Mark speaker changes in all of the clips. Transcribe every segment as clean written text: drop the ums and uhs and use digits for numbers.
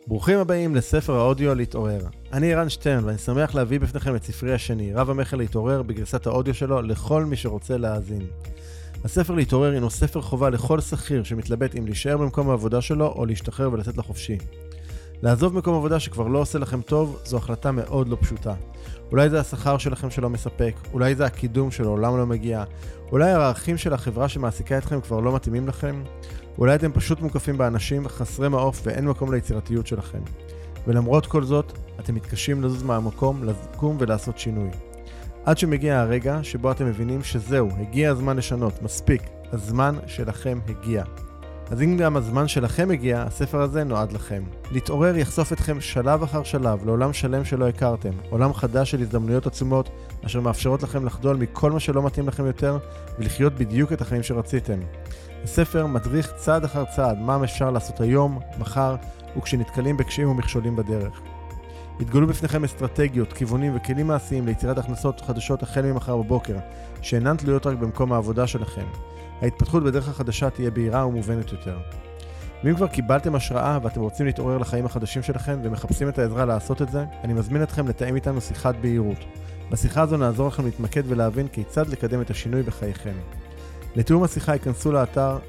Speaker 1: ברוכים הבאים לספר האודיו להתעורר. אני ערן שטרן ואני שמח להביא בפניכם את ספרי השני, רב המכר להתעורר, בגרסת האודיו שלו לכל מי שרוצה להאזין. הספר להתעורר הינו ספר חובה לכל שכיר שמתלבט אם להישאר במקום העבודה שלו או להשתחרר ולצאת לחופשי. לעזוב מקום עבודה שכבר לא עושה לכם טוב, זו החלטה מאוד לא פשוטה. אולי זה השכר שלכם שלא מספק, אולי זה הקידום שלו עולם לא מגיע, אולי הערכים של החברה שמעסיקה אתכם כבר לא מתאימים לכם, אולי אתם פשוט מוקפים באנשים חסרי מעוף ואין מקום ליצירתיות שלכם. ולמרות כל זאת, אתם מתקשים לזוז מהמקום, לקום ולעשות שינוי. עד שמגיע הרגע שבו אתם מבינים שזהו, הגיע הזמן לשנות, מספיק, הזמן שלכם הגיע. אז אם גם הזמן שלכם הגיע, הספר הזה נועד לכם. להתעורר יחשוף אתכם שלב אחר שלב לעולם שלם שלא הכרתם, עולם חדש של הזדמנויות עצומות, אשר מאפשרות לכם לחדול מכל מה שלא מתאים לכם יותר, ולחיות בדיוק את החיים שרציתם. הספר מדריך צעד אחר צעד מה אפשר לעשות היום, מחר, וכשנתקלים בקשיים ומכשולים בדרך. יתגלו בפניכם אסטרטגיות, כיוונים וכלים מעשיים ליצירת הכנסות חדשות החל ממחר בבוקר, שאינן תלויות רק במקום העבודה שלכם. ההתפתחות בדרך החדשה תהיה בהירה ומובנת יותר. ואם כבר קיבלתם השראה ואתם רוצים להתעורר לחיים החדשים שלכם ומחפשים את העזרה לעשות את זה, אני מזמין אתכם לתאם איתנו שיחת בהירות. בשיחה הזו נעזור לכם להתמקד ולהבין כיצד לקדם את השינוי בחייכם. לתיאום השיחה ייכנסו לאתר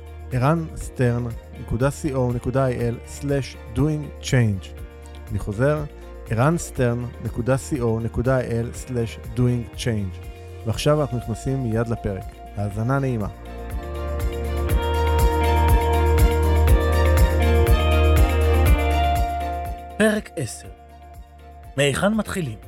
Speaker 1: ערנסטרן.co.il/doingchange. אני חוזר, ערנסטרן.co.il/doingchange. ועכשיו אנחנו נכנסים מיד לפרק. האזנה נעימה.
Speaker 2: פרק 10. מהיכן מתחילים?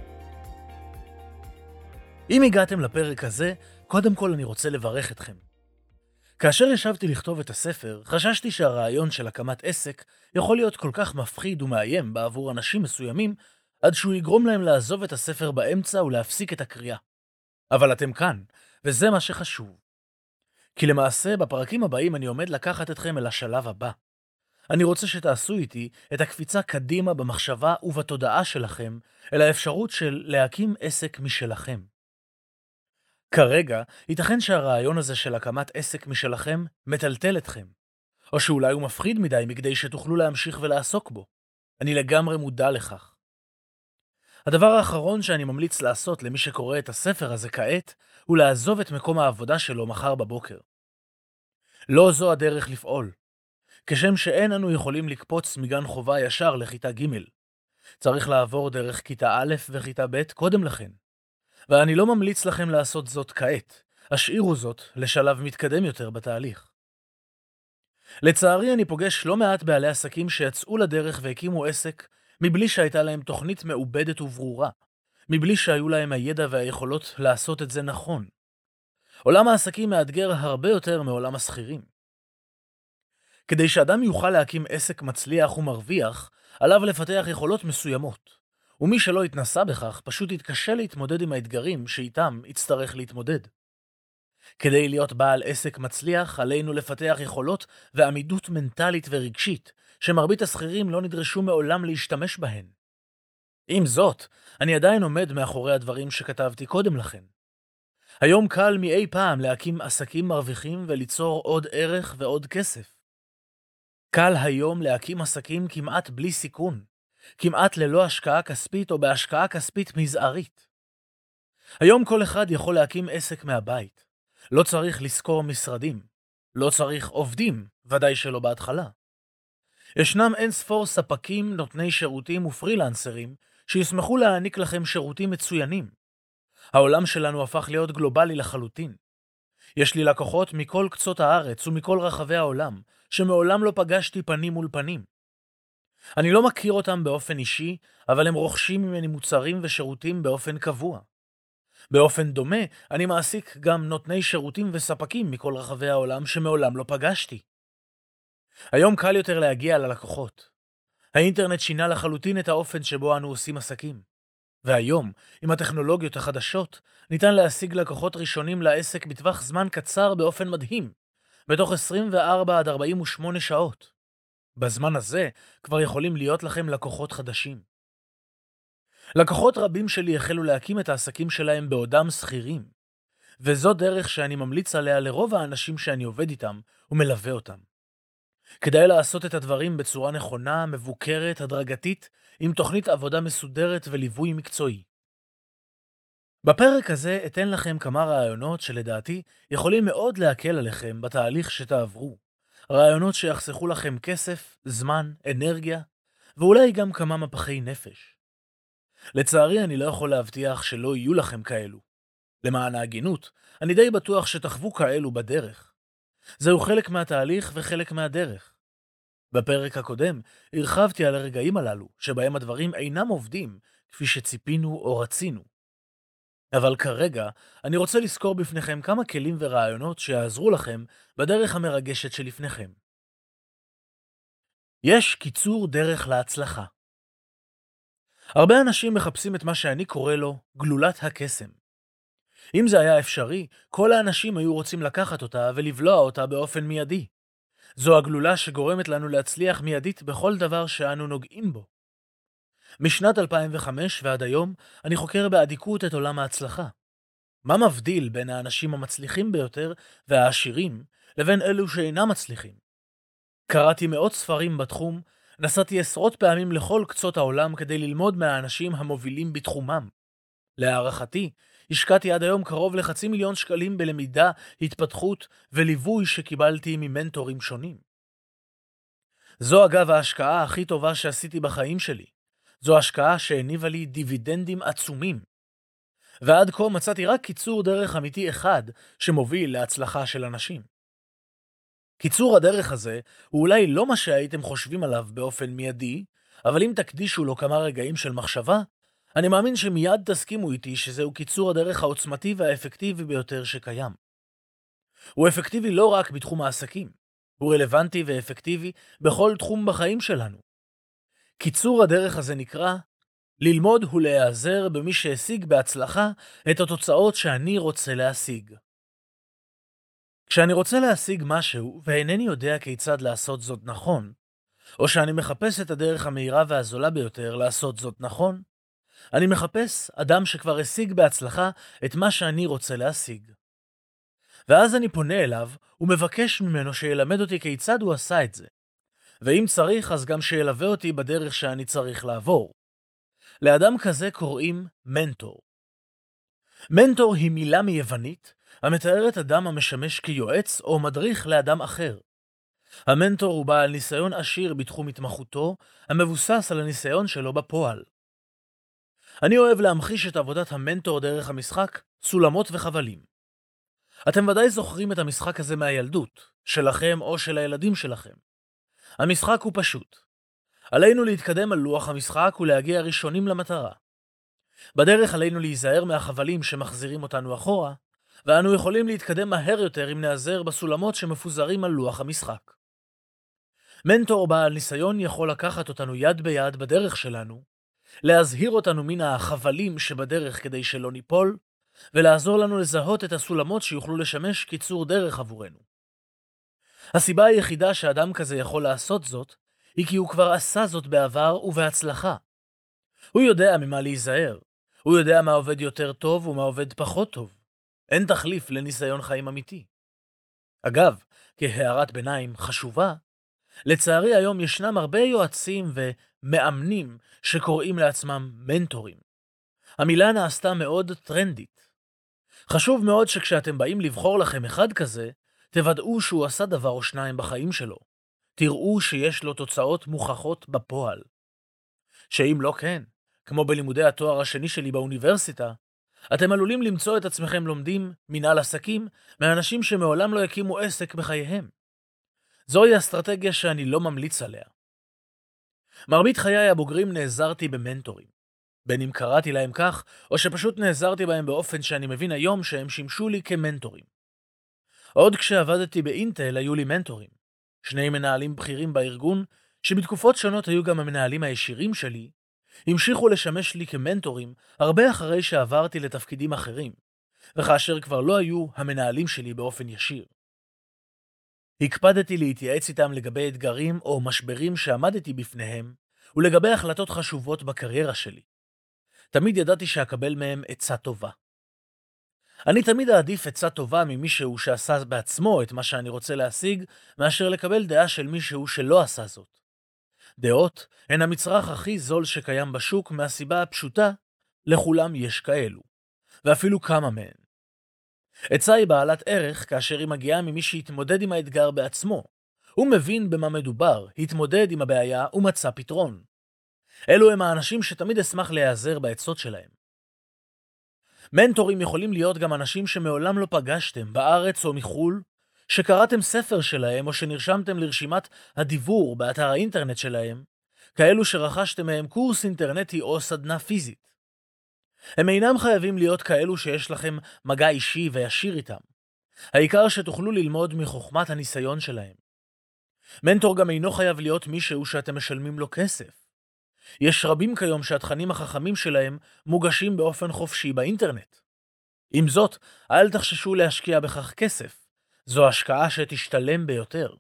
Speaker 2: אם הגעתם לפרק הזה, קודם כל אני רוצה לברך אתכם. כאשר ישבתי לכתוב את הספר, חששתי שהרעיון של הקמת עסק יכול להיות כל כך מפחיד ומאיים בעבור אנשים מסוימים, עד שהוא יגרום להם לעזוב את הספר באמצע ולהפסיק את הקריאה. אבל אתם כאן, וזה מה שחשוב. כי למעשה, בפרקים הבאים אני עומד לקחת אתכם אל השלב הבא. אני רוצה שתעשו איתי את הקפיצה קדימה במחשבה ובתודעה שלכם, אל האפשרות של להקים עסק משלכם. כרגע, ייתכן שהרעיון הזה של הקמת עסק משלכם מטלטל אתכם, או שאולי הוא מפחיד מדי מכדי שתוכלו להמשיך ולעסוק בו. אני לגמרי מודע לכך. הדבר האחרון שאני ממליץ לעשות למי שקורא את הספר הזה כעת, הוא לעזוב את מקום העבודה שלו מחר בבוקר. לא זו הדרך לפעול. כשם שאין אנו יכולים לקפוץ מגן חובה ישר לכיתה ג', צריך לעבור דרך כיתה א' וכיתה ב' קודם לכן. ואני לא ממליץ לכם לעשות זאת כעת, השאירו זאת לשלב מתקדם יותר בתהליך. לצערי אני פוגש לא מעט בעלי עסקים שיצאו לדרך והקימו עסק מבלי שהייתה להם תוכנית מעובדת וברורה, מבלי שהיו להם הידע והיכולות לעשות את זה נכון. עולם העסקים מאתגר הרבה יותר מעולם השכירים. כדי שאדם יוכל להקים עסק מצליח ומרוויח, עליו לפתח יכולות מסוימות. ומי שלא יתנסה בכך פשוט יתקשה להתמודד עם האתגרים שאיתם יצטרך להתמודד. כדי להיות בעל עסק מצליח, עלינו לפתח יכולות ועמידות מנטלית ורגשית, שמרבית השכירים לא נדרשו מעולם להשתמש בהן. עם זאת, אני עדיין עומד מאחורי הדברים שכתבתי קודם לכן. היום קל מאי פעם להקים עסקים מרוויחים וליצור עוד ערך ועוד כסף. קל היום להקים עסקים כמעט בלי סיכון, כמעט ללא השקעה כספית או בהשקעה כספית מזערית. היום כל אחד יכול להקים עסק מהבית. לא צריך לשכור משרדים. לא צריך עובדים, ודאי שלא בהתחלה. ישנם אין ספור ספקים, נותני שירותים ופרילנסרים שישמחו להעניק לכם שירותים מצוינים. העולם שלנו הפך להיות גלובלי לחלוטין. יש לי לקוחות מכל קצות הארץ ומכל רחבי העולם, שמעולם לא פגשתי פנים מול פנים. אני לא מכיר אותם באופן אישי, אבל הם רוכשים ממני מוצרים ושירותים באופן קבוע. באופן דומה, אני מעסיק גם נותני שירותים וספקים מכל רחבי העולם שמעולם לא פגשתי. היום קל יותר להגיע ללקוחות. האינטרנט שינה לחלוטין את האופן שבו אנו עושים עסקים. והיום, עם הטכנולוגיות החדשות, ניתן להשיג לקוחות ראשונים לעסק בטווח זמן קצר באופן מדהים, בתוך 24 עד 48 שעות. בזמן הזה כבר יכולים להיות לכם לקוחות חדשים. לקוחות רבים שלי החלו להקים את העסקים שלהם בעודם שכירים, וזו דרך שאני ממליץ עליה לרוב האנשים שאני עובד איתם ומלווה אותם. כדאי לעשות את הדברים בצורה נכונה, מבוקרת, הדרגתית, עם תוכנית עבודה מסודרת וליווי מקצועי. בפרק הזה אתן לכם כמה רעיונות שלדעתי יכולים מאוד להקל עליכם בתהליך שתעברו. רעיונות שיחסכו לכם כסף, זמן, אנרגיה, ואולי גם כמה מפחי נפש. לצערי אני לא יכול להבטיח שלא יהיו לכם כאלו. למען ההגינות, אני די בטוח שתחוו כאלו בדרך. זהו חלק מהתהליך וחלק מהדרך. בפרק הקודם הרחבתי על הרגעים הללו שבהם הדברים אינם עובדים כפי שציפינו או רצינו. אבל כרגע אני רוצה לזכור בפניכם כמה כלים ורעיונות שיעזרו לכם בדרך המרגשת שלפניכם. יש קיצור דרך להצלחה. הרבה אנשים מחפשים את מה שאני קורא לו גלולת הקסם. אם זה היה אפשרי, כל האנשים היו רוצים לקחת אותה ולבלוע אותה באופן מיידי. זו הגלולה שגורמת לנו להצליח מיידית בכל דבר שאנו נוגעים בו. משנת 2005 ועד היום אני חוקר באדיקות את עולם ההצלחה. מה מבדיל בין האנשים המצליחים ביותר והעשירים לבין אלו שאינם מצליחים? קראתי מאות ספרים בתחום, נסעתי עשרות פעמים לכל קצות העולם כדי ללמוד מהאנשים המובילים בתחומם. להערכתי, השקעתי עד היום קרוב ל500,000 שקלים בלמידה, התפתחות וליווי שקיבלתי ממנטורים שונים. זו אגב ההשקעה הכי טובה שעשיתי בחיים שלי. זו השקעה שהניבה לי דיבידנדים עצומים. ועד כה מצאתי רק קיצור דרך אמיתי אחד שמוביל להצלחה של אנשים. קיצור הדרך הזה הוא אולי לא מה שהייתם חושבים עליו באופן מיידי, אבל אם תקדישו לו כמה רגעים של מחשבה, אני מאמין שמיד תסכימו איתי שזהו קיצור הדרך העוצמתי והאפקטיבי ביותר שקיים. הוא אפקטיבי לא רק בתחום העסקים, הוא רלוונטי ואפקטיבי בכל תחום בחיים שלנו. קיצור הדרך הזה נקרא ללמוד ולהיעזר במי שהשיג בהצלחה את התוצאות שאני רוצה להשיג. כשאני רוצה להשיג משהו ואינני יודע כיצד לעשות זאת נכון, או שאני מחפש את הדרך המהירה והזולה ביותר לעשות זאת נכון, אני מחפש אדם שכבר השיג בהצלחה את מה שאני רוצה להשיג. ואז אני פונה אליו ומבקש ממנו שילמד אותי כיצד הוא עשה את זה. ואם צריך, אז גם שילווה אותי בדרך שאני צריך לעבור. לאדם כזה קוראים מנטור. מנטור היא מילה מיוונית המתארת אדם המשמש כיועץ או מדריך לאדם אחר. המנטור הוא בעל ניסיון עשיר בתחום התמחותו, המבוסס על הניסיון שלו בפועל. אני אוהב להמחיש את עבודת המנטור דרך המשחק סולמות וחבלים. אתם ודאי זוכרים את המשחק הזה מהילדות, שלכם או של הילדים שלכם. המשחק הוא פשוט. עלינו להתקדם על לוח המשחק ולהגיע ראשונים למטרה. בדרך עלינו להיזהר מהחבלים שמחזירים אותנו אחורה, ואנו יכולים להתקדם מהר יותר אם נעזר בסולמות שמפוזרים על לוח המשחק. מנטור בעל ניסיון יכול לקחת אותנו יד ביד בדרך שלנו, להזהיר אותנו מן החבלים שבדרך כדי שלא ניפול, ולעזור לנו לזהות את הסולמות שיוכלו לשמש קיצור דרך עבורנו. הסיבה היחידה שאדם כזה יכול לעשות זאת, היא כי הוא כבר עשה זאת בעבר ובהצלחה. הוא יודע ממה להיזהר, הוא יודע מה עובד יותר טוב ומה עובד פחות טוב. אין תחליף לניסיון חיים אמיתי. אגב, כהערת ביניים חשובה, לצערי היום ישנם הרבה יועצים ומאמנים שקוראים לעצמם מנטורים. המילה נעשתה מאוד טרנדית. חשוב מאוד שכשאתם באים לבחור לכם אחד כזה, תוודאו שהוא עשה דבר או שניים בחיים שלו. תראו שיש לו תוצאות מוכחות בפועל. שאם לא כן, כמו בלימודי התואר השני שלי באוניברסיטה, אתם עלולים למצוא את עצמכם לומדים מנהל עסקים מאנשים שמעולם לא יקימו עסק בחייהם. זוהי אסטרטגיה שאני לא ממליץ עליה. מרבית חיי הבוגרים נעזרתי במנטורים. בין אם קראתי להם כך, או שפשוט נעזרתי בהם באופן שאני מבין היום שהם שימשו לי כמנטורים. עוד כשעבדתי באינטל היו לי מנטורים. 2 מנהלים בכירים בארגון, שבתקופות שונות היו גם המנהלים הישירים שלי, המשיכו לשמש לי כמנטורים הרבה אחרי שעברתי לתפקידים אחרים, וכאשר כבר לא היו המנהלים שלי באופן ישיר. הקפדתי להתייעץ איתם לגבי אתגרים או משברים שעמדתי בפניהם, ולגבי החלטות חשובות בקריירה שלי. תמיד ידעתי שאקבל מהם עצה טובה. אני תמיד אעדיף עצה טובה ממישהו שעשה בעצמו את מה שאני רוצה להשיג, מאשר לקבל דעה של מישהו שלא עשה זאת. דעות הן המצרך הכי זול שקיים בשוק מהסיבה הפשוטה, לכולם יש כאלו, ואפילו כמה מהן. עצה היא בעלת ערך כאשר היא מגיעה ממי שהתמודד עם האתגר בעצמו. הוא מבין במה מדובר, התמודד עם הבעיה ומצא פתרון. אלו הם האנשים שתמיד אשמח להיעזר בעצות שלהם. מנטורים יכולים להיות גם אנשים שמעולם לא פגשתם בארץ או מחול, שקראתם ספר שלהם או שנרשמתם לרשימת הדיבור באתר האינטרנט שלהם, כאלו שרכשתם מהם קורס אינטרנטי או סדנה פיזית. הם אינם חייבים להיות כאלו שיש לכם מגע אישי וישיר איתם. העיקר שתוכלו ללמוד מחוכמת הניסיון שלהם. מנטור גם אינו חייב להיות מישהו שאתם משלמים לו כסף. יש רבים כיום שהתכנים החכמים שלהם מוגשים באופן חופשי באינטרנט. עם זאת, אל תחששו להשקיע בכך כסף. זו השקעה שתשתלם ביותר.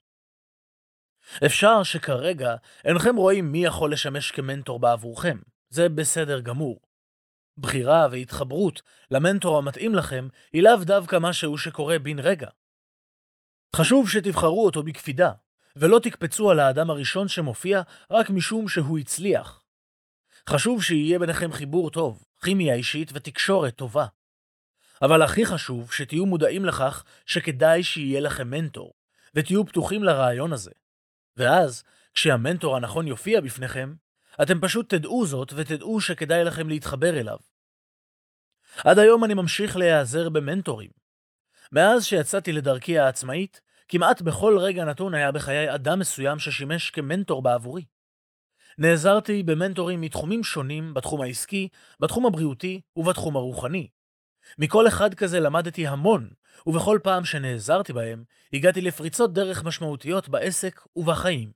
Speaker 2: אפשר שכרגע אינכם רואים מי יכול לשמש כמנטור בעבורכם. זה בסדר גמור. בחירה והתחברות למנטור המתאים לכם היא לאו דווקא משהו שקורה בן רגע. חשוב שתבחרו אותו בקפידה, ולא תקפצו על האדם הראשון שמופיע רק משום שהוא הצליח. חשוב שיהיה ביניכם חיבור טוב, כימיה אישית ותקשורת טובה. אבל הכי חשוב שתהיו מודעים לכך שכדאי שיהיה לכם מנטור, ותהיו פתוחים לרעיון הזה. ואז, כשהמנטור הנכון יופיע בפניכם, אתם פשוט תדעו זאת ותדעו שכדאי לכם להתחבר אליו. עד היום אני ממשיך להיעזר במנטורים. מאז שיצאתי לדרכי העצמאית, כמעט בכל רגע נתון היה בחיי אדם מסוים ששימש כמנטור בעבורי. נעזרתי במנטורים מתחומים שונים בתחום העסקי, בתחום הבריאותי ובתחום הרוחני. מכל אחד כזה למדתי המון, ובכל פעם שנעזרתי בהם, הגעתי לפריצות דרך משמעותיות בעסק ובחיים.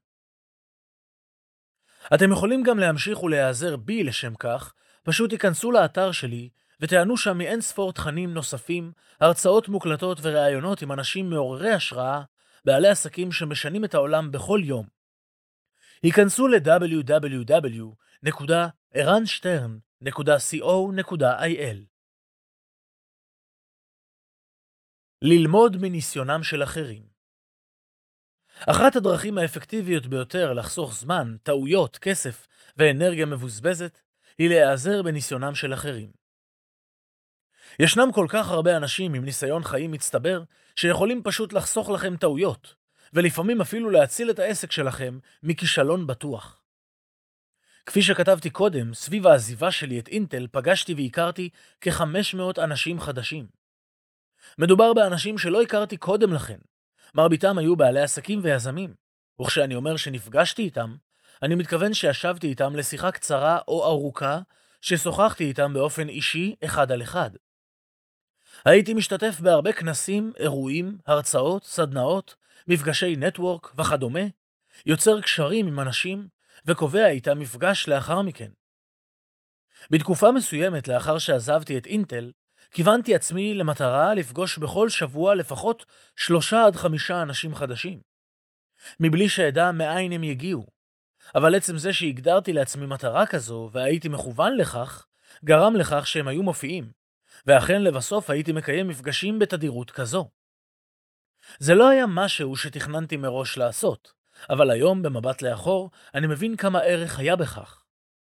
Speaker 2: אתם יכולים גם להמשיך ולהיעזר בי לשם כך, פשוט תיכנסו לאתר שלי ותענו שם מאין ספור תכנים נוספים, הרצאות מוקלטות וראיונות עם אנשים מעוררי השראה, בעלי עסקים שמשנים את העולם בכל יום. היכנסו ל-www.ערנשטרן.co.il. ללמוד מניסיונם של אחרים. אחת הדרכים האפקטיביות ביותר לחסוך זמן, טעויות, כסף ואנרגיה מבוזבזת היא להיעזר בניסיונם של אחרים. ישנם כל כך הרבה אנשים עם ניסיון חיים מצטבר שיכולים פשוט לחסוך לכם טעויות, ולפעמים אפילו להציל את העסק שלכם מכישלון בטוח. כפי שכתבתי קודם, סביב העזיבה שלי את אינטל פגשתי והכרתי כ-500 אנשים חדשים. מדובר באנשים שלא הכרתי קודם לכן. מרביתם היו בעלי עסקים ויזמים, וכשאני אומר שנפגשתי איתם, אני מתכוון שישבתי איתם לשיחה קצרה או ארוכה, ששוחחתי איתם באופן אישי אחד על אחד. הייתי משתתף בהרבה כנסים, אירועים, הרצאות, סדנאות, מפגשי נטוורק וכדומה, יוצר קשרים עם אנשים וקובע איתם מפגש לאחר מכן. בתקופה מסוימת לאחר שעזבתי את אינטל, כיוונתי עצמי למטרה לפגוש בכל שבוע לפחות 3-5 אנשים חדשים. מבלי שידע מאין הם יגיעו. אבל עצם זה שהגדרתי לעצמי מטרה כזו והייתי מכוון לכך, גרם לכך שהם היו מופיעים. ואכן לבסוף הייתי מקיים מפגשים בתדירות כזו. זה לא היה משהו שתכננתי מראש לעשות, אבל היום במבט לאחור אני מבין כמה ערך היה בכך.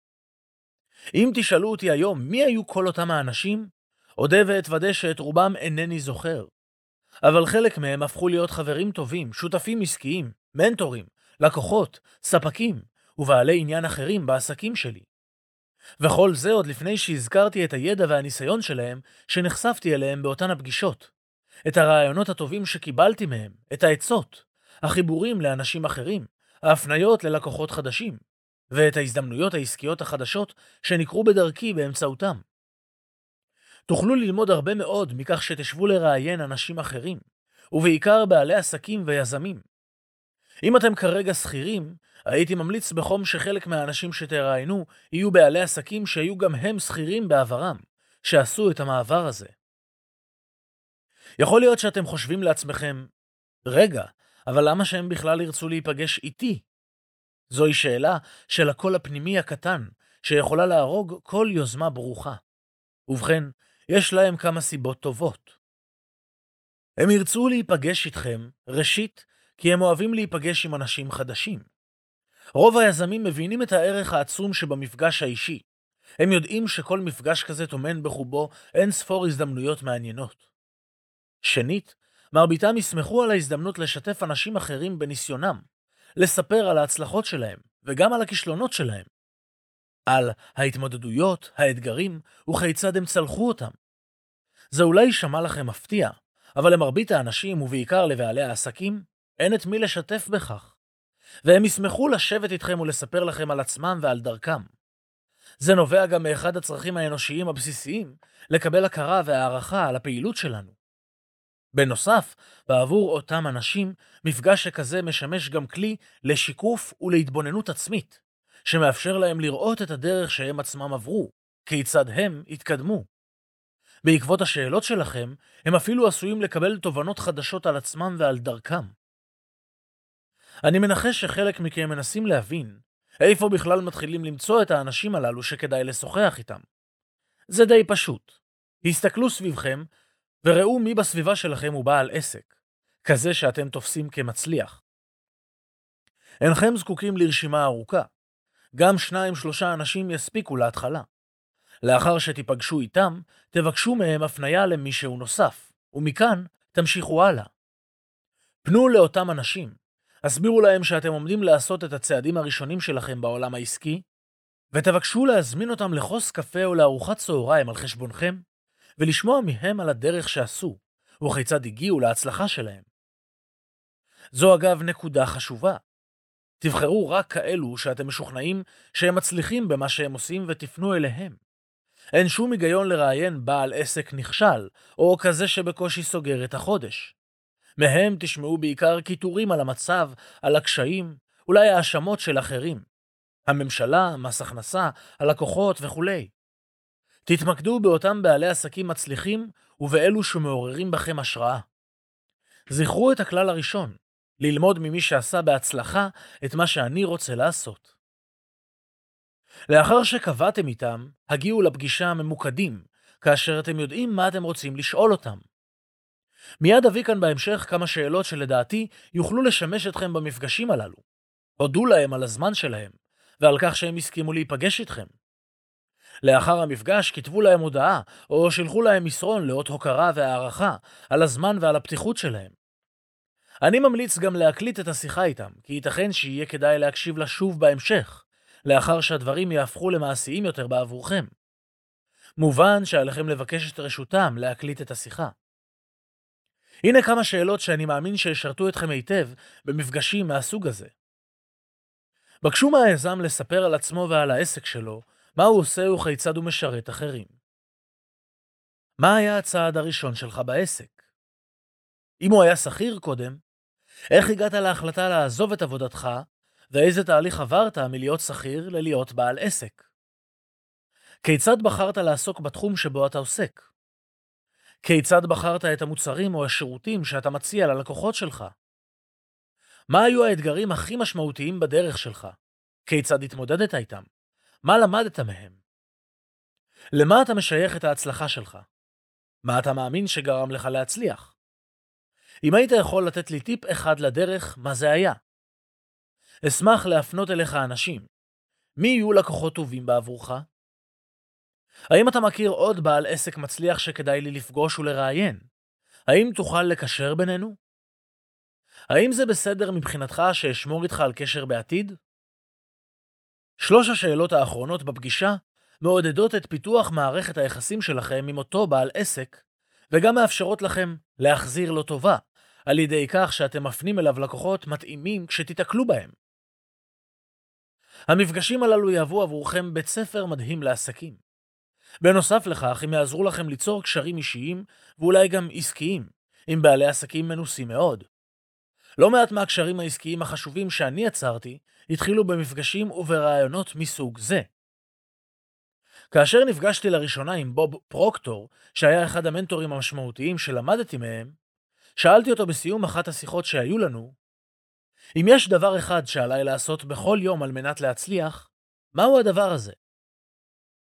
Speaker 2: אם תשאלו אותי היום מי היו כל אותם האנשים, אודה ואתוודה שאת רובם אינני זוכר. אבל חלק מהם הפכו להיות חברים טובים, שותפים עסקיים, מנטורים, לקוחות, ספקים ובעלי עניין אחרים בעסקים שלי. וכל זה עוד לפני שהזכרתי את הידע והניסיון שלהם שנחשפתי אליהם באותן הפגישות. את הרעיונות הטובים שקיבלתי מהם, את העצות, החיבורים לאנשים אחרים, ההפניות ללקוחות חדשים, ואת ההזדמנויות העסקיות החדשות שנקרו בדרכי באמצעותם. תוכלו ללמוד הרבה מאוד מכך שתשבו לראיין אנשים אחרים, ובעיקר בעלי עסקים ויזמים. אם אתם כרגע שכירים, הייתי ממליץ בחום שחלק מהאנשים שתראיינו יהיו בעלי עסקים שהיו גם הם שכירים בעברם, שעשו את המעבר הזה. יכול להיות שאתם חושבים לעצמכם, רגע, אבל למה שהם בכלל ירצו להיפגש איתי? זוהי שאלה של הקול הפנימי הקטן, שיכולה להרוג כל יוזמה ברוכה. ובכן, יש להם כמה סיבות טובות. הם ירצו להיפגש איתכם, ראשית, כי הם אוהבים להיפגש עם אנשים חדשים. רוב היזמים מבינים את הערך העצום שבמפגש האישי. הם יודעים שכל מפגש כזה טומן בחובו אין ספור הזדמנויות מעניינות. שנית, מרביתם ישמחו על ההזדמנות לשתף אנשים אחרים בניסיונם, לספר על ההצלחות שלהם וגם על הכישלונות שלהם, על ההתמודדויות, האתגרים וכיצד הם צלחו אותם. זה אולי יישמע לכם מפתיע, אבל למרבית האנשים ובעיקר לבעלי העסקים אין את מי לשתף בכך, והם ישמחו לשבת איתכם ולספר לכם על עצמם ועל דרכם. זה נובע גם מאחד הצרכים האנושיים הבסיסיים, לקבל הכרה והערכה על הפעילות שלנו. בנוסף, בעבור אותם אנשים, מפגש שכזה משמש גם כלי לשיקוף ולהתבוננות עצמית, שמאפשר להם לראות את הדרך שהם עצמם עברו, כיצד הם התקדמו. בעקבות השאלות שלכם, הם אפילו עשויים לקבל תובנות חדשות על עצמם ועל דרכם. אני מנחש שחלק מכם מנסים להבין איפה בכלל מתחילים למצוא את האנשים הללו שכדאי לשוחח איתם. זה די פשוט. הסתכלו סביבכם וראו מי בסביבה שלכם הוא בעל עסק, כזה שאתם תופסים כמצליח. אינכם זקוקים לרשימה ארוכה. גם 2-3 אנשים יספיקו להתחלה. לאחר שתיפגשו איתם, תבקשו מהם הפניה למישהו נוסף, ומכאן תמשיכו הלאה. פנו לאותם אנשים, הסבירו להם שאתם עומדים לעשות את הצעדים הראשונים שלכם בעולם העסקי, ותבקשו להזמין אותם לחוס קפה או לארוחת צהריים על חשבונכם, ולשמוע מהם על הדרך שעשו, וכיצד הגיעו להצלחה שלהם. זו אגב נקודה חשובה. תבחרו רק כאלו שאתם משוכנעים שהם מצליחים במה שהם עושים ותפנו אליהם. אין שום היגיון לראיין בעל עסק נכשל, או כזה שבקושי סוגר את החודש. מהם תשמעו בעיקר קיטורים על המצב, על הקשיים, אולי האשמות של אחרים. הממשלה, מס הכנסה, הלקוחות וכו'. תתמקדו באותם בעלי עסקים מצליחים ובאלו שמעוררים בכם השראה. זכרו את הכלל הראשון, ללמוד ממי שעשה בהצלחה את מה שאני רוצה לעשות. לאחר שקבעתם איתם, הגיעו לפגישה ממוקדים, כאשר אתם יודעים מה אתם רוצים לשאול אותם. מיד אביא כאן בהמשך כמה שאלות שלדעתי יוכלו לשמש אתכם במפגשים הללו. הודו להם על הזמן שלהם, ועל כך שהם הסכימו להיפגש איתכם. לאחר המפגש כתבו להם הודעה, או שלחו להם מסרון לאות הוקרה והערכה על הזמן ועל הפתיחות שלהם. אני ממליץ גם להקליט את השיחה איתם, כי ייתכן שיהיה כדאי להקשיב לה שוב בהמשך, לאחר שהדברים יהפכו למעשיים יותר בעבורכם. מובן שעליכם לבקש את רשותם להקליט את השיחה. הנה כמה שאלות שאני מאמין שישרתו אתכם היטב במפגשים מהסוג הזה. בקשו מהיזם לספר על עצמו ועל העסק שלו, מה הוא עושה וכיצד הוא משרת אחרים. מה היה הצעד הראשון שלך בעסק? אם הוא היה שכיר קודם, איך הגעת להחלטה לעזוב את עבודתך, ואיזה תהליך עברת מלהיות שכיר ללהיות בעל עסק? כיצד בחרת לעסוק בתחום שבו אתה עוסק? כיצד בחרת את המוצרים או השירותים שאתה מציע ללקוחות שלך? מה היו האתגרים הכי משמעותיים בדרך שלך? כיצד התמודדת איתם? מה למדת מהם? למה אתה משייך את ההצלחה שלך? מה אתה מאמין שגרם לך להצליח? אם היית יכול לתת לי טיפ אחד לדרך, מה זה היה? אשמח להפנות אליך אנשים. מי יהיו לקוחות טובים בעבורך? האם אתה מכיר עוד בעל עסק מצליח שכדאי לי לפגוש ולראיין? האם תוכל לקשר בינינו? האם זה בסדר מבחינתך שאשמור איתך על קשר בעתיד? 3 השאלות האחרונות בפגישה מעודדות את פיתוח מערכת היחסים שלכם עם אותו בעל עסק, וגם מאפשרות לכם להחזיר לו טובה, על ידי כך שאתם מפנים אליו לקוחות מתאימים כשתתקלו בהם. המפגשים הללו יהוו עבורכם בית ספר מדהים לעסקים. בנוסף לכך, הם יעזרו לכם ליצור קשרים אישיים ואולי גם עסקיים, עם בעלי עסקים מנוסים מאוד. לא מעט מהקשרים העסקיים החשובים שאני יצרתי התחילו במפגשים וברעיונות מסוג זה. כאשר נפגשתי לראשונה עם בוב פרוקטור, שהיה אחד המנטורים המשמעותיים שלמדתי מהם, שאלתי אותו בסיום אחת השיחות שהיו לנו, אם יש דבר אחד שעליי לעשות בכל יום על מנת להצליח, מהו הדבר הזה?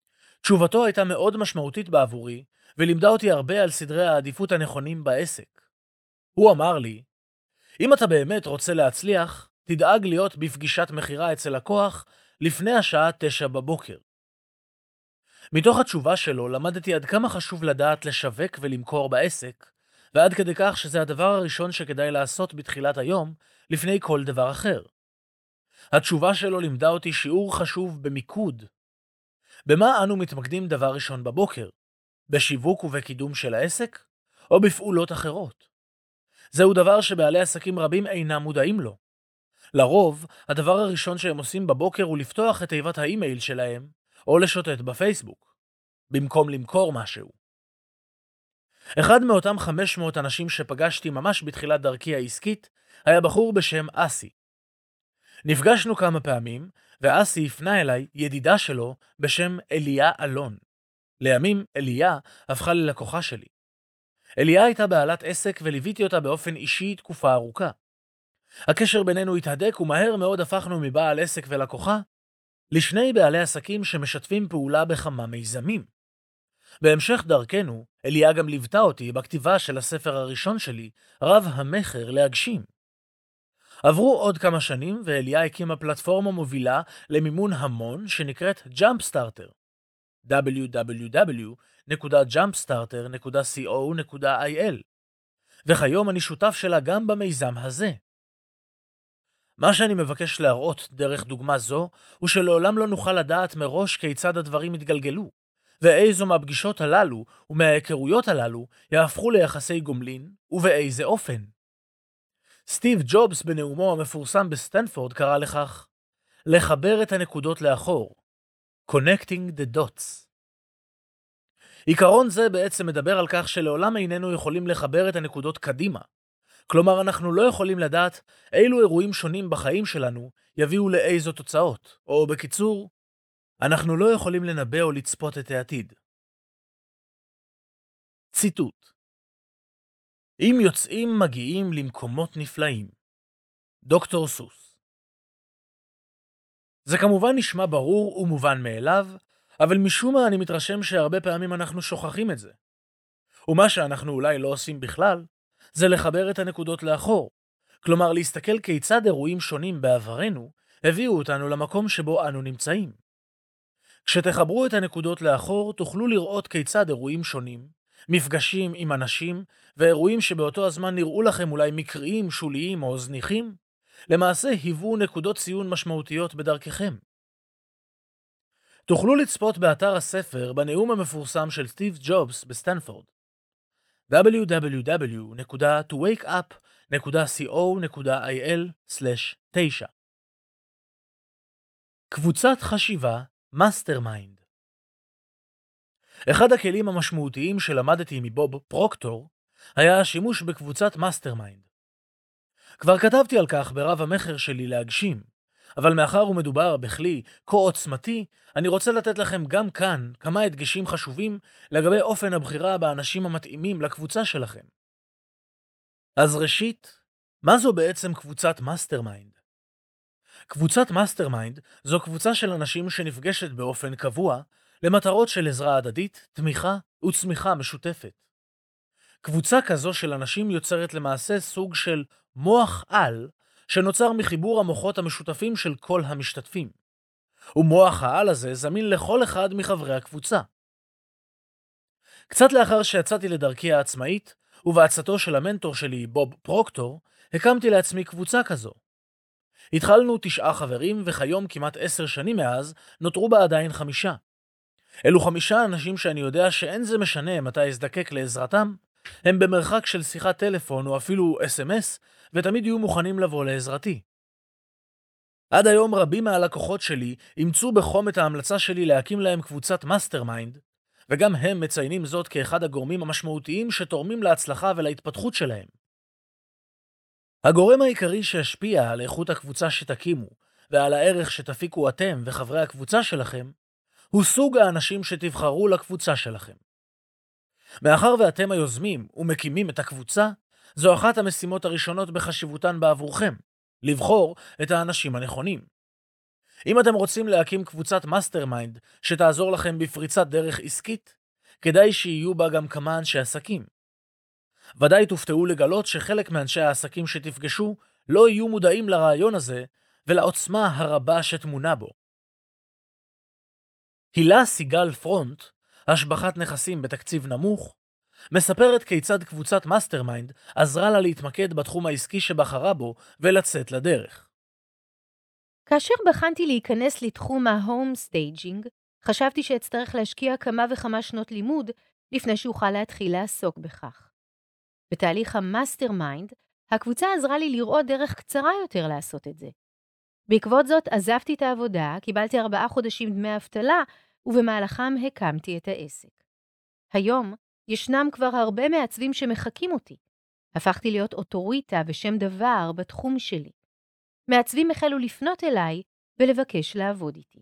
Speaker 2: תשובתו הייתה מאוד משמעותית בעבורי, ולימדה אותי הרבה על סדרי העדיפות הנכונים בעסק. הוא אמר לי, אם אתה באמת רוצה להצליח, תדאג להיות בפגישת מחירה אצל לקוח לפני השעה 9 בבוקר. מתוך התשובה שלו למדתי עד כמה חשוב לדעת לשווק ולמכור בעסק, ועד כדי כך שזה הדבר הראשון שכדאי לעשות בתחילת היום, לפני כל דבר אחר. התשובה שלו לימדה אותי שיעור חשוב במיקוד. במה אנו מתמקדים דבר ראשון בבוקר? בשיווק ובקידום של העסק? או בפעולות אחרות? זהו דבר שבעלי עסקים רבים אינם מודעים לו. לרוב, הדבר הראשון שהם עושים בבוקר הוא לפתוח את תיבת האימייל שלהם, או לשוטט בפייסבוק, במקום למכור משהו. אחד מאותם 500 אנשים שפגשתי ממש בתחילת דרכי העסקית, היה בחור בשם אסי. נפגשנו כמה פעמים, ואסי הפנה אליי ידידה שלו בשם אליה אלון. לימים אליה הפכה ללקוחה שלי. אליה הייתה בעלת עסק וליוויתי אותה באופן אישי תקופה ארוכה. הקשר בינינו התהדק ומהר מאוד הפכנו מבעל עסק ולקוחה לשני בעלי עסקים שמשתפים פעולה בכמה מיזמים. בהמשך דרכנו, אליה גם ליוותה אותי בכתיבה של הספר הראשון שלי, רב המכר להגשים. עברו עוד כמה שנים ואליה הקימה פלטפורמה מובילה למימון המון שנקראת Jumpstarter. www.jumpstarter.co.il וכיום אני שותף שלה גם במיזם הזה. מה שאני מבקש להראות דרך דוגמה זו הוא שלעולם לא נוכל לדעת מראש כיצד הדברים יתגלגלו, ואיזו מהפגישות הללו ומההיכרויות הללו יהפכו ליחסי גומלין ובאיזה אופן. סטיב ג'ובס בנאומו המפורסם בסטנפורד קרא לכך לחבר את הנקודות לאחור, Connecting the dots. עיקרון זה בעצם מדבר על כך שלעולם איננו יכולים לחבר את הנקודות קדימה. כלומר, אנחנו לא יכולים לדעת אילו אירועים שונים בחיים שלנו יביאו לאיזו תוצאות, או בקיצור, אנחנו לא יכולים לנבא או לצפות את העתיד. ציטוט: אם יוצאים מגיעים למקומות נפלאים. דוקטור סוס. זה כמובן נשמע ברור ומובן מאליו, אבל משום מה אני מתרשם שהרבה פעמים אנחנו שוכחים את זה. ומה שאנחנו אולי לא עושים בכלל, זה לחבר את הנקודות לאחור. כלומר, להסתכל כיצד אירועים שונים בעברנו הביאו אותנו למקום שבו אנו נמצאים. כשתחברו את הנקודות לאחור, תוכלו לראות כיצד אירועים שונים, מפגשים עם אנשים, ואירועים שבאותו הזמן נראו לכם אולי מקריים, שוליים או זניחים, למעשה היוו נקודות ציון משמעותיות בדרככם. תוכלו לצפות באתר הספר בנאום המפורסם של סטיב ג'ובס בסטנפורד. www.wakeup.co.il/9 קבוצת חשיבה מאסטרמיינד. אחד הכלים המשמעותיים שלמדתי מבוב פרוקטור היה השימוש בקבוצת מאסטרמיינד. כבר כתבתי על כך ברב המכר שלי להגשים, אבל מאחר ומדובר בכלי כה עוצמתי, אני רוצה לתת לכם גם כאן כמה הדגשים חשובים לגבי אופן הבחירה באנשים המתאימים לקבוצה שלכם. אז ראשית, מה זו בעצם קבוצת מאסטרמיינד? קבוצת מאסטרמיינד זו קבוצה של אנשים שנפגשת באופן קבוע למטרות של עזרה הדדית, תמיכה וצמיחה משותפת. קבוצה כזו של אנשים יוצרת למעשה סוג של מוח על שנוצר מחיבור המוחות המשותפים של כל המשתתפים. ומוח העל הזה זמין לכל אחד מחברי הקבוצה. קצת לאחר שיצאתי לדרכי העצמאית, ובעצתו של המנטור שלי, בוב פרוקטור, הקמתי לעצמי קבוצה כזו. התחלנו 9 חברים, וכיום כמעט 10 שנים מאז, נותרו בה עדיין 5. אלו 5 אנשים שאני יודע שאין זה משנה מתי אזדקק לעזרתם, הם במרחק של שיחת טלפון או אפילו SMS, ותמיד יהיו מוכנים לבוא לעזרתי. עד היום רבים מהלקוחות שלי אימצו בחום את ההמלצה שלי להקים להם קבוצת מאסטרמיינד, וגם הם מציינים זאת כאחד הגורמים המשמעותיים שתורמים להצלחה ולהתפתחות שלהם. הגורם העיקרי שהשפיע על איכות הקבוצה שתקימו, ועל הערך שתפיקו אתם וחברי הקבוצה שלכם, הוא סוג האנשים שתבחרו לקבוצה שלכם. מאחר ואתם היוזמים ומקימים את הקבוצה, זו אחת המשימות הראשונות בחשיבותן בעבורכם, לבחור את האנשים הנכונים. אם אתם רוצים להקים קבוצת מאסטרמיינד שתעזור לכם בפריצת דרך עסקית, כדאי שיהיו בה גם כמה אנשי עסקים. ודאי תופתעו לגלות שחלק מאנשי העסקים שתפגשו לא יהיו מודעים לרעיון הזה ולעוצמה הרבה שתמונה בו. הילה סיגל פרונט, השבחת נכסים בתקציב נמוך, מספרת כיצד קבוצת מאסטרמיינד עזרה לה להתמקד בתחום העסקי שבחרה בו ולצאת לדרך.
Speaker 3: כאשר בחנתי להיכנס לתחום ההום סטייג'ינג, חשבתי שאצטרך להשקיע כמה וכמה שנות לימוד לפני שאוכל להתחיל לעסוק בכך. בתהליך המאסטרמיינד, הקבוצה עזרה לי לראות דרך קצרה יותר לעשות את זה. בעקבות זאת עזבתי את העבודה, קיבלתי 4 חודשים דמי אבטלה, ובמהלכם הקמתי את העסק. היום ישנם כבר הרבה מעצבים שמחכים אותי. הפכתי להיות אוטוריטה ושם דבר בתחום שלי. מעצבים החלו לפנות אליי ולבקש לעבוד איתי.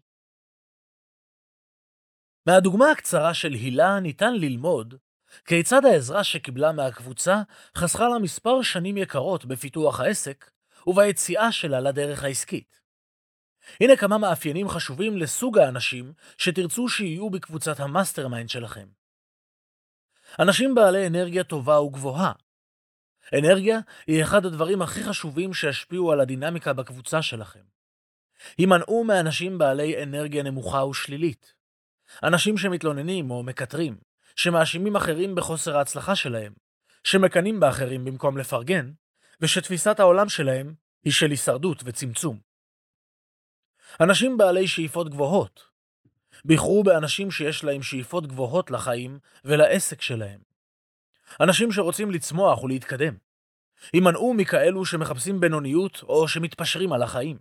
Speaker 2: מהדוגמה הקצרה של הילה ניתן ללמוד כיצד העזרה שקיבלה מהקבוצה חסכה לה מספר שנים יקרות בפיתוח העסק וביציאה שלה לדרך העסקית. הנה כמה מאפיינים חשובים לסוג האנשים שתרצו שיהיו בקבוצת המאסטרמיינד שלכם. אנשים בעלי אנרגיה טובה וגבוהה. אנרגיה היא אחד הדברים הכי חשובים שישפיעו על הדינמיקה בקבוצה שלכם. הימנעו מאנשים בעלי אנרגיה נמוכה ושלילית. אנשים שמתלוננים או מקטרים, שמאשימים אחרים בחוסר ההצלחה שלהם, שמקנים באחרים במקום לפרגן, ושתפיסת העולם שלהם היא של הישרדות וצמצום. אנשים בעלי שאיפות גבוהות. בחרו באנשים שיש להם שאיפות גבוהות לחיים ולעסק שלהם. אנשים שרוצים לצמוח ולהתקדם. הימנעו מכאלו שמחפשים בינוניות או שמתפשרים על החיים.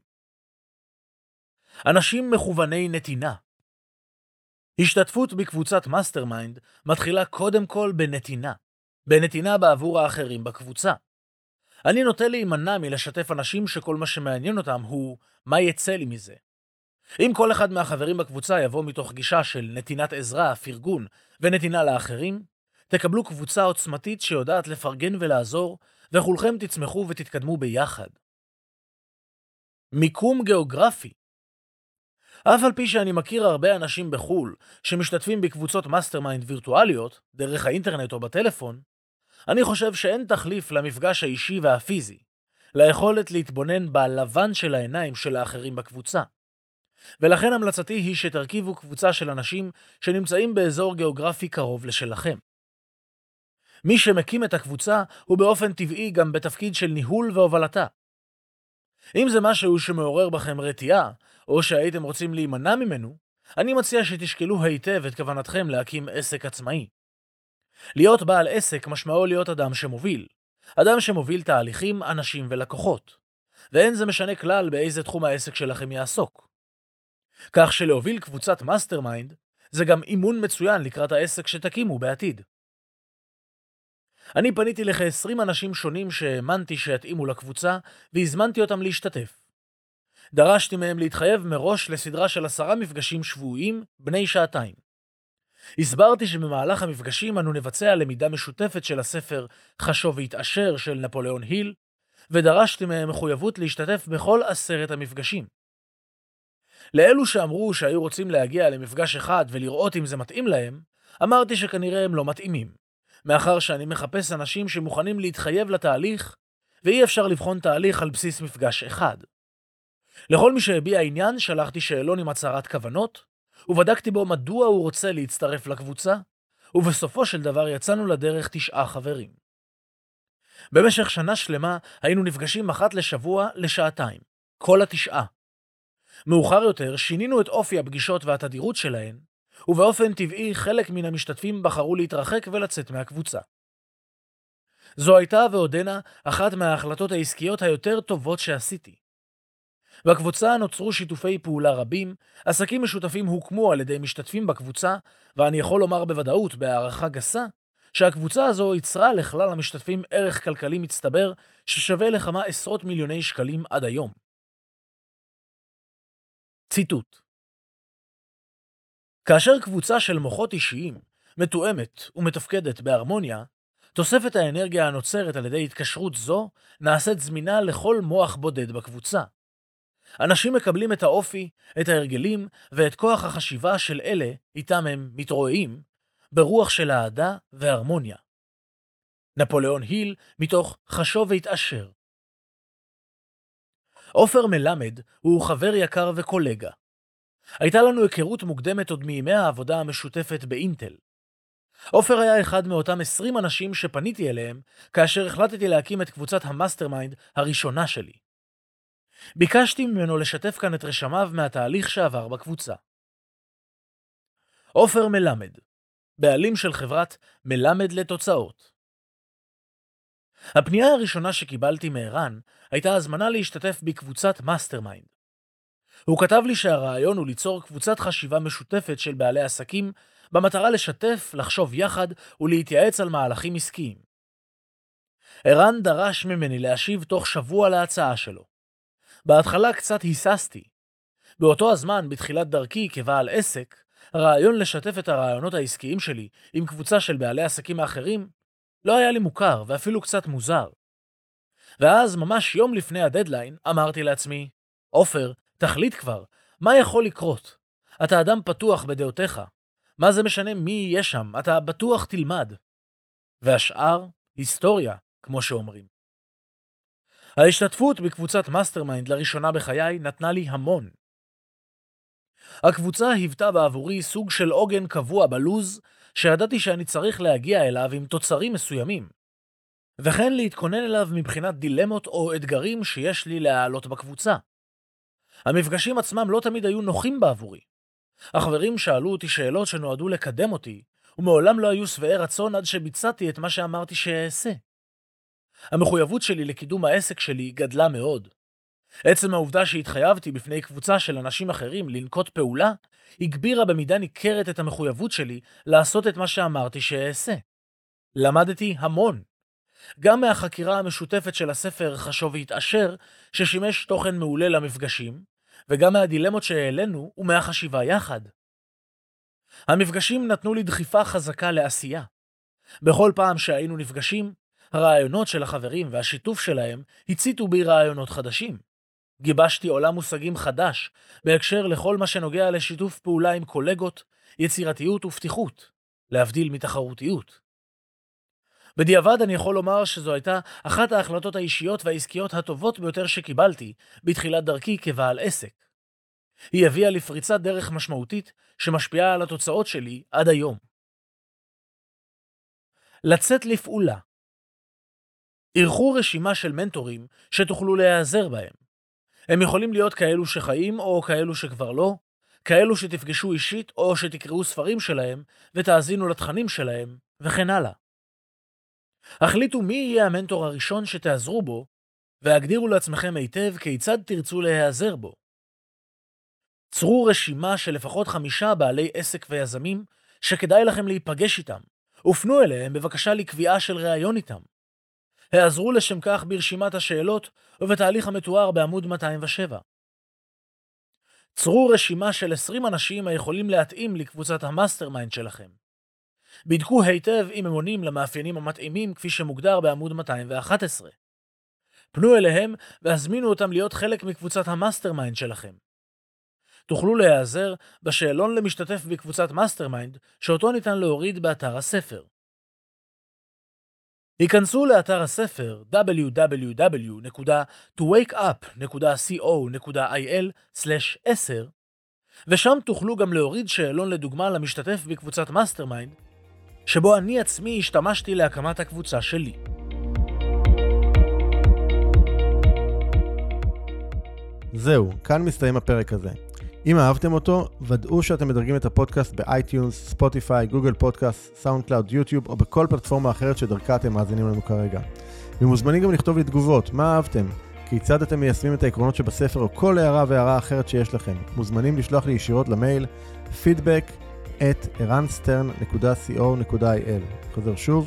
Speaker 2: אנשים מכווני נתינה. השתתפות בקבוצת מאסטרמיינד מתחילה קודם כל בנתינה. בנתינה בעבור האחרים בקבוצה. אני נוטה להימנע מלשתף אנשים שכל מה שמעניין אותם הוא מה יצא לי מזה. אם כל אחד מהחברים בקבוצה יבוא מתוך גישה של נתינת עזרה, פרגון ונתינה לאחרים, תקבלו קבוצה עוצמתית שיודעת לפרגן ולעזור, וכולכם תצמחו ותתקדמו ביחד. מיקום גיאוגרפי. אף על פי שאני מכיר הרבה אנשים בחול שמשתתפים בקבוצות מאסטרמיינד וירטואליות, דרך האינטרנט או בטלפון, אני חושב שאין תחליף למפגש האישי והפיזי, ליכולת להתבונן בלבן של העיניים של האחרים בקבוצה. ולכן המלצתי היא שתרכיבו קבוצה של אנשים שנמצאים באזור גיאוגרפי קרוב לשלכם. מי שמקים את הקבוצה הוא באופן טבעי גם בתפקיד של ניהול והובלתה. אם זה משהו שמעורר בכם רתיעה, או שהייתם רוצים להימנע ממנו, אני מציע שתשקלו היטב את כוונתכם להקים עסק עצמאי. להיות בעל עסק משמעו להיות אדם שמוביל. אדם שמוביל תהליכים, אנשים ולקוחות. ואין זה משנה כלל באיזה תחום העסק שלכם יעסוק. כך שלהוביל קבוצת מאסטרמיינד זה גם אימון מצוין לקראת העסק שתקימו בעתיד. אני פניתי לכ-20 אנשים שונים שהאמנתי שיתאימו לקבוצה והזמנתי אותם להשתתף. דרשתי מהם להתחייב מראש לסדרה של 10 מפגשים שבועיים בני שעתיים. הסברתי שבמהלך המפגשים אנו נבצע למידה משותפת של הספר חשוב והתעשר של נפוליאון היל, ודרשתי מהם מחויבות להשתתף בכל 10 המפגשים. לאלו שאמרו שהיו רוצים להגיע למפגש אחד ולראות אם זה מתאים להם, אמרתי שכנראה הם לא מתאימים, מאחר שאני מחפש אנשים שמוכנים להתחייב לתהליך, ואי אפשר לבחון תהליך על בסיס מפגש אחד. לכל מי שהביע עניין שלחתי שאלון עם הצהרת כוונות, ובדקתי בו מדוע הוא רוצה להצטרף לקבוצה, ובסופו של דבר יצאנו לדרך 9 חברים. במשך שנה שלמה היינו נפגשים אחת לשבוע לשעתיים, כל 9. מאוחר יותר שינינו את אופי הפגישות והתדירות שלהן, ובאופן טבעי חלק מן המשתתפים בחרו להתרחק ולצאת מהקבוצה. זו הייתה ועודנה אחת מההחלטות העסקיות היותר טובות שעשיתי. בקבוצה נוצרו שיתופי פעולה רבים, עסקים משותפים הוקמו על ידי משתתפים בקבוצה, ואני יכול לומר בוודאות, בהערכה גסה, שהקבוצה הזו יצרה לכלל המשתתפים ערך כלכלי מצטבר ששווה לכמה עשרות מיליוני שקלים עד היום. ציטוט: כאשר קבוצה של מוחות אישיים מתואמת ומתפקדת בהרמוניה, תוספת האנרגיה הנוצרת על ידי התקשרות זו נעשית זמינה לכל מוח בודד בקבוצה. אנשים מקבלים את האופי, את ההרגלים ואת כוח החשיבה של אלה איתם הם מתרועעים, ברוח של אהדה והרמוניה. נפוליאון היל מתוך חשוב והתעשר. עופר מלמד הוא חבר יקר וקולגה. הייתה לנו היכרות מוקדמת עוד מימי העבודה המשותפת באינטל. עופר היה אחד מאותם 20 אנשים שפניתי אליהם כאשר החלטתי להקים את קבוצת המאסטרמיינד הראשונה שלי. ביקשתי ממנו לשתף כאן את רשמיו מהתהליך שעבר בקבוצה. עופר מלמד, בעלים של חברת מלמד לתוצאות. הפנייה הראשונה שקיבלתי מערן הייתה הזמנה להשתתף בקבוצת מאסטרמיינד. הוא כתב לי שהרעיון הוא ליצור קבוצת חשיבה משותפת של בעלי עסקים במטרה לשתף, לחשוב יחד ולהתייעץ על מהלכים עסקיים. ערן דרש ממני להשיב תוך שבוע להצעה שלו. בהתחלה קצת היססתי. באותו הזמן, בתחילת דרכי כבעל עסק, הרעיון לשתף את הרעיונות העסקיים שלי עם קבוצה של בעלי עסקים האחרים לא היה לי מוכר ואפילו קצת מוזר. ואז ממש יום לפני הדדליין אמרתי לעצמי, עופר, תחליט כבר, מה יכול לקרות? אתה אדם פתוח בדעותיך. מה זה משנה מי יהיה שם? אתה בטוח תלמד. והשאר, היסטוריה, כמו שאומרים. ההשתתפות בקבוצת מאסטרמיינד לראשונה בחיי נתנה לי המון. הקבוצה היוותה בעבורי סוג של עוגן קבוע בלוז, שידעתי שאני צריך להגיע אליו עם תוצרים מסוימים, וכן להתכונן אליו מבחינת דילמות או אתגרים שיש לי להעלות בקבוצה. המפגשים עצמם לא תמיד היו נוחים בעבורי. החברים שאלו אותי שאלות שנועדו לקדם אותי, ומעולם לא היו שבעי רצון עד שביצעתי את מה שאמרתי שאעשה. המחויבות שלי לקידום העסק שלי גדלה מאוד. עצם העובדה שהתחייבתי בפני קבוצה של אנשים אחרים לנקוט פעולה, הגבירה במידה ניכרת את המחויבות שלי לעשות את מה שאמרתי שאעשה. למדתי המון. גם מהחקירה המשותפת של הספר חשוב והתעשר, ששימש תוכן מעולה למפגשים, וגם מהדילמות שהעלינו ומהחשיבה יחד. המפגשים נתנו לי דחיפה חזקה לעשייה. בכל פעם שהיינו נפגשים, הרעיונות של החברים והשיתוף שלהם הציתו בי רעיונות חדשים. גיבשתי עולם מושגים חדש בהקשר לכל מה שנוגע לשיתוף פעולה עם קולגות, יצירתיות ופתיחות, להבדיל מתחרותיות. בדיעבד אני יכול לומר שזו הייתה אחת ההחלטות האישיות והעסקיות הטובות ביותר שקיבלתי בתחילת דרכי כבעל עסק. היא הביאה לפריצת דרך משמעותית שמשפיעה על התוצאות שלי עד היום. לצאת לפעולה. ערכו רשימה של מנטורים שתוכלו להיעזר בהם. הם יכולים להיות כאלו שחיים או כאלו שכבר לא, כאלו שתפגשו אישית או שתקראו ספרים שלהם ותאזינו לתכנים שלהם, וכן הלאה. החליטו מי יהיה המנטור הראשון שתעזרו בו, והגדירו לעצמכם היטב כיצד תרצו להיעזר בו. צרו רשימה של לפחות 5 בעלי עסק ויזמים שכדאי לכם להיפגש איתם, ופנו אליהם בבקשה לקביעה של ראיון איתם. העזרו לשם כך ברשימת השאלות ובתהליך המתואר בעמוד 207. צרו רשימה של 20 אנשים היכולים להתאים לקבוצת המאסטרמיינד שלכם. בדקו היטב אם הם עונים למאפיינים המתאימים כפי שמוגדר בעמוד 211. פנו אליהם והזמינו אותם להיות חלק מקבוצת המאסטרמיינד שלכם. תוכלו להיעזר בשאלון למשתתף בקבוצת מאסטרמיינד שאותו ניתן להוריד באתר הספר. היכנסו לאתר הספר www.towakeup.co.il/10 ושם תוכלו גם להוריד שאלון לדוגמה למשתתף בקבוצת מאסטרמיינד שבו אני עצמי השתמשתי להקמת הקבוצה שלי.
Speaker 1: זהו, כאן מסתיים הפרק הזה. אם אהבתם אותו, ודאו שאתם מדרגים את הפודקאסט באייטיונס, ספוטיפיי, גוגל פודקאסט, סאונד קלאוד, יוטיוב או בכל פלטפורמה אחרת שדרכה אתם מאזינים לנו כרגע. ומוזמנים גם לכתוב לי תגובות, מה אהבתם? כיצד אתם מיישמים את העקרונות שבספר או כל הערה והערה אחרת שיש לכם. מוזמנים לשלוח לי ישירות למייל feedback@eranstern.co.il. חוזר שוב,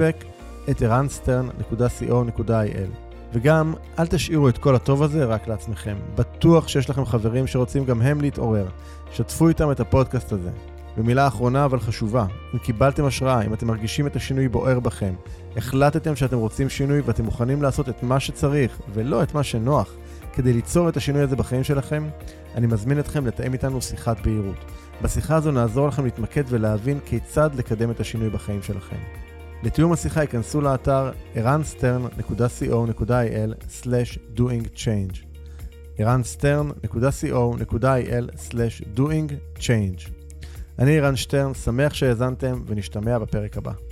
Speaker 1: feedback@eranstern.co.il. וגם, אל תשאירו את כל הטוב הזה רק לעצמכם. בטוח שיש לכם חברים שרוצים גם הם להתעורר. שתפו איתם את הפודקאסט הזה. ומילה אחרונה אבל חשובה, אם קיבלתם השראה, אם אתם מרגישים את השינוי בוער בכם, החלטתם שאתם רוצים שינוי ואתם מוכנים לעשות את מה שצריך ולא את מה שנוח, כדי ליצור את השינוי הזה בחיים שלכם, אני מזמין אתכם לתאם איתנו שיחת בהירות. בשיחה הזו נעזור לכם להתמקד ולהבין כיצד לקדם את השינוי בחיים שלכם. לתיאום השיחה ייכנסו לאתר ערנסטרן.co.il/doingchange ערנסטרן.co.il/doingchange. אני ערן שטרן, שמח שהאזנתם ונשתמע בפרק הבא.